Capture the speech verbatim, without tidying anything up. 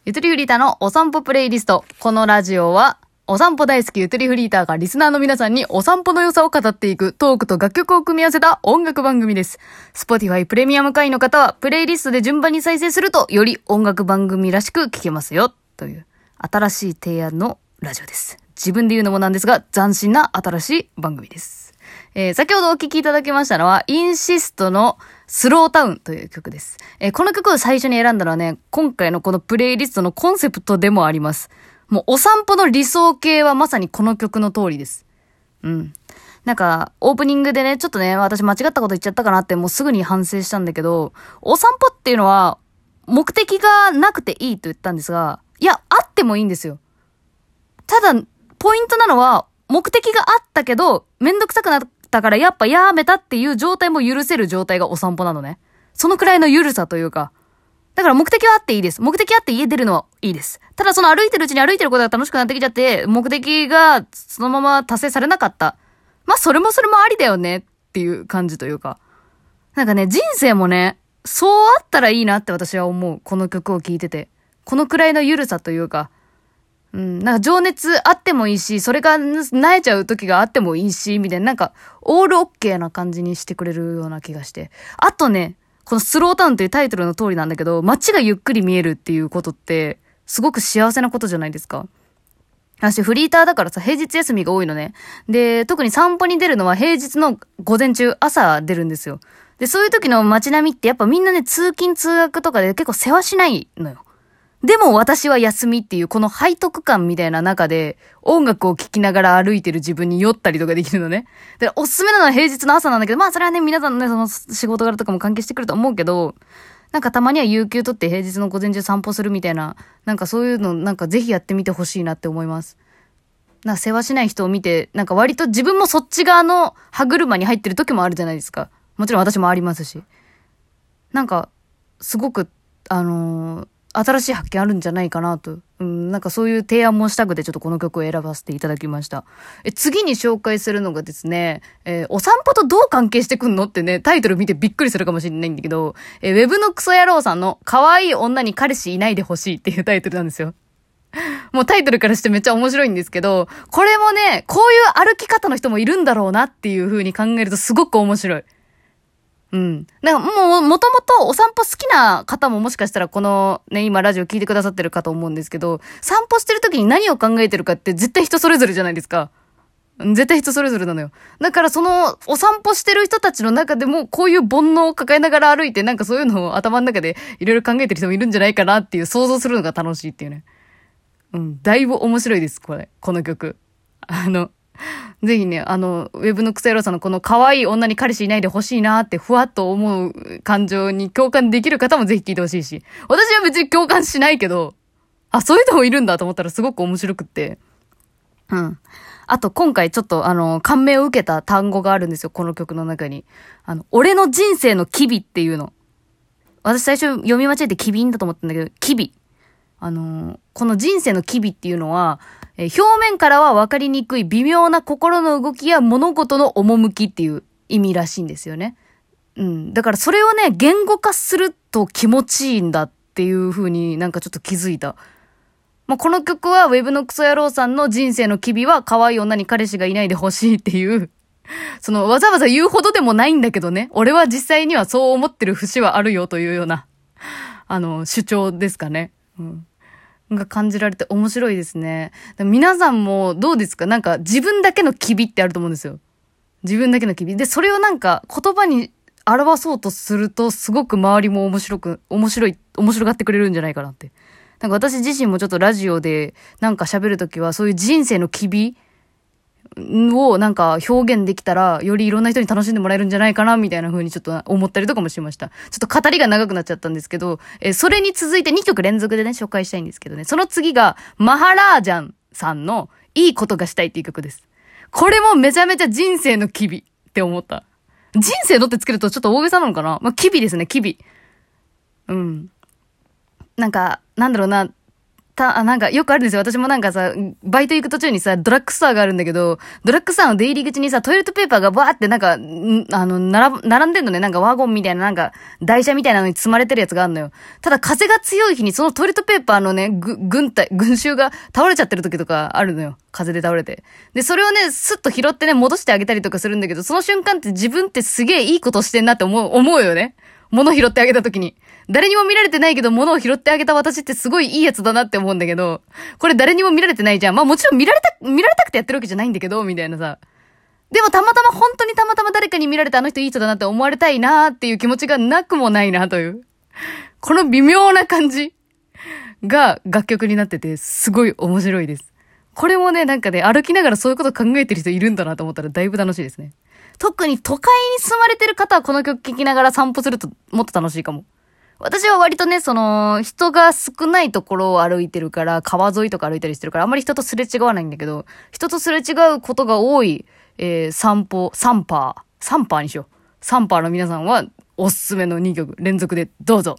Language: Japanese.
ゆとりフリーターのお散歩プレイリスト。このラジオは、お散歩大好きゆとりフリーターがリスナーの皆さんにお散歩の良さを語っていくトークと楽曲を組み合わせた音楽番組です。Spotify プレミアム会員の方は、プレイリストで順番に再生すると、より音楽番組らしく聴けますよ。という、新しい提案のラジオです。自分で言うのもなんですが、斬新な新しい番組です。えー、先ほどお聴きいただきましたのは、インシストのスロータウンという曲です。えー、この曲を最初に選んだのはね、今回のこのプレイリストのコンセプトでもあります。もうお散歩の理想形はまさにこの曲の通りです。うん。なんか、オープニングでね、ちょっとね、私間違ったこと言っちゃったかなってもうすぐに反省したんだけど、お散歩っていうのは目的がなくていいと言ったんですが、いや、あってもいいんですよ。ただ、ポイントなのは、目的があったけど、めんどくさくなったからやっぱやめたっていう状態も許せる状態がお散歩なのね。そのくらいの緩さというか。だから目的はあっていいです。目的あって家出るのはいいです。ただその歩いてるうちに歩いてることが楽しくなってきちゃって、目的がそのまま達成されなかった。まあそれもそれもありだよねっていう感じというか。なんかね、人生もね、そうあったらいいなって私は思う。この曲を聴いてて。このくらいの緩さというか。うん、なんか情熱あってもいいし、それが萎えちゃう時があってもいいし、みたいな、なんか、オールオッケーな感じにしてくれるような気がして。あとね、このスロータウンというタイトルの通りなんだけど、街がゆっくり見えるっていうことって、すごく幸せなことじゃないですか。私フリーターだからさ、平日休みが多いのね。で、特に散歩に出るのは平日の午前中、朝出るんですよ。で、そういう時の街並みってやっぱみんなね、通勤通学とかで結構世話しないのよ。でも私は休みっていうこの背徳感みたいな中で音楽を聴きながら歩いてる自分に酔ったりとかできるのね。で、おすすめなのは平日の朝なんだけど、まあそれはね、皆さんのね、その仕事柄とかも関係してくると思うけど、なんかたまには有給取って平日の午前中散歩するみたいな、なんかそういうのなんかぜひやってみてほしいなって思います。なんか世話しない人を見て、なんか割と自分もそっち側の歯車に入ってる時もあるじゃないですか。もちろん私もありますし。なんか、すごく、あのー、新しい発見あるんじゃないかなと。うん、なんかそういう提案もしたくてちょっとこの曲を選ばせていただきました。え、次に紹介するのがですね、えー、お散歩とどう関係してくんのってね、タイトル見てびっくりするかもしれないんだけど、えー、ウェブのクソ野郎さんの可愛い女に彼氏いないでほしいっていうタイトルなんですよ。もうタイトルからしてめっちゃ面白いんですけど、これもね、こういう歩き方の人もいるんだろうなっていう風に考えるとすごく面白い。うん。なんかもう、もともとお散歩好きな方ももしかしたらこのね、今ラジオ聞いてくださってるかと思うんですけど、散歩してる時に何を考えてるかって絶対人それぞれじゃないですか。絶対人それぞれなのよ。だからそのお散歩してる人たちの中でもこういう煩悩を抱えながら歩いてなんかそういうのを頭の中でいろいろ考えてる人もいるんじゃないかなっていう想像するのが楽しいっていうね。うん。だいぶ面白いです、これ。この曲。あの、ぜひね、あの、ウェブのクソ野郎さんのこの可愛い女に彼氏いないでほしいなってふわっと思う感情に共感できる方もぜひ聞いてほしいし、私は別に共感しないけど、あ、そういう人もいるんだと思ったらすごく面白くって。うん。あと今回ちょっとあの、感銘を受けた単語があるんですよ、この曲の中に。あの、俺の人生の機微っていうの。私最初読み間違えて機微だと思ったんだけど、機微。あのー、この人生の機微っていうのは、えー、表面からは分かりにくい微妙な心の動きや物事の趣っていう意味らしいんですよね。うん。だからそれをね、言語化すると気持ちいいんだっていう風になんかちょっと気づいた。まあ、この曲はウェブのクソ野郎さんの人生の機微は可愛い女に彼氏がいないでほしいっていう、そのわざわざ言うほどでもないんだけどね、俺は実際にはそう思ってる節はあるよというような、あの、主張ですかね。うん。が感じられて面白いですね。皆さんもどうですか？なんか自分だけの機微ってあると思うんですよ。自分だけの機微。で、それをなんか言葉に表そうとするとすごく周りも面白く、面白い、面白がってくれるんじゃないかなって。なんか私自身もちょっとラジオでなんか喋るときはそういう人生の機微をなんか表現できたらよりいろんな人に楽しんでもらえるんじゃないかなみたいな風にちょっと思ったりとかもしました。ちょっと語りが長くなっちゃったんですけど、えー、それに続いてにきょく連続でね紹介したいんですけどね、その次がマハラージャンさんのいいことがしたいっていう曲です。これもめちゃめちゃ人生の機微って思った。人生のってつけるとちょっと大げさなのかな。まあ、機微ですね、機微。うん。なんかなんだろうな、 た、あ、なんかよくあるんですよ。私もなんかさ、バイト行く途中にさ、ドラッグストアがあるんだけど、ドラッグストアの出入り口にさ、トイレットペーパーがバーってなんか、んあの、並ぶ、並んでんのね。なんかワゴンみたいな、なんか、台車みたいなのに積まれてるやつがあるのよ。ただ風が強い日にそのトイレットペーパーのね、ぐ、軍隊、群衆が倒れちゃってる時とかあるのよ。風で倒れて。で、それをね、スッと拾ってね、戻してあげたりとかするんだけど、その瞬間って自分ってすげえいいことしてんなって思う、思うよね。物拾ってあげた時に。誰にも見られてないけど、物を拾ってあげた私ってすごいいいやつだなって思うんだけど、これ誰にも見られてないじゃん。まあもちろん見られた、見られたくてやってるわけじゃないんだけど、みたいなさ。でもたまたま、本当にたまたま誰かに見られてあの人いい人だなって思われたいなーっていう気持ちがなくもないなという。この微妙な感じが楽曲になってて、すごい面白いです。これもね、なんかね、歩きながらそういうこと考えてる人いるんだなと思ったらだいぶ楽しいですね。特に都会に住まれてる方はこの曲聴きながら散歩するともっと楽しいかも。私は割とね、その、人が少ないところを歩いてるから、川沿いとか歩いたりしてるから、あんまり人とすれ違わないんだけど、人とすれ違うことが多い、えー、散歩、サンパー、サンパーにしよう。サンパーの皆さんは、おすすめのにきょく連続でどうぞ。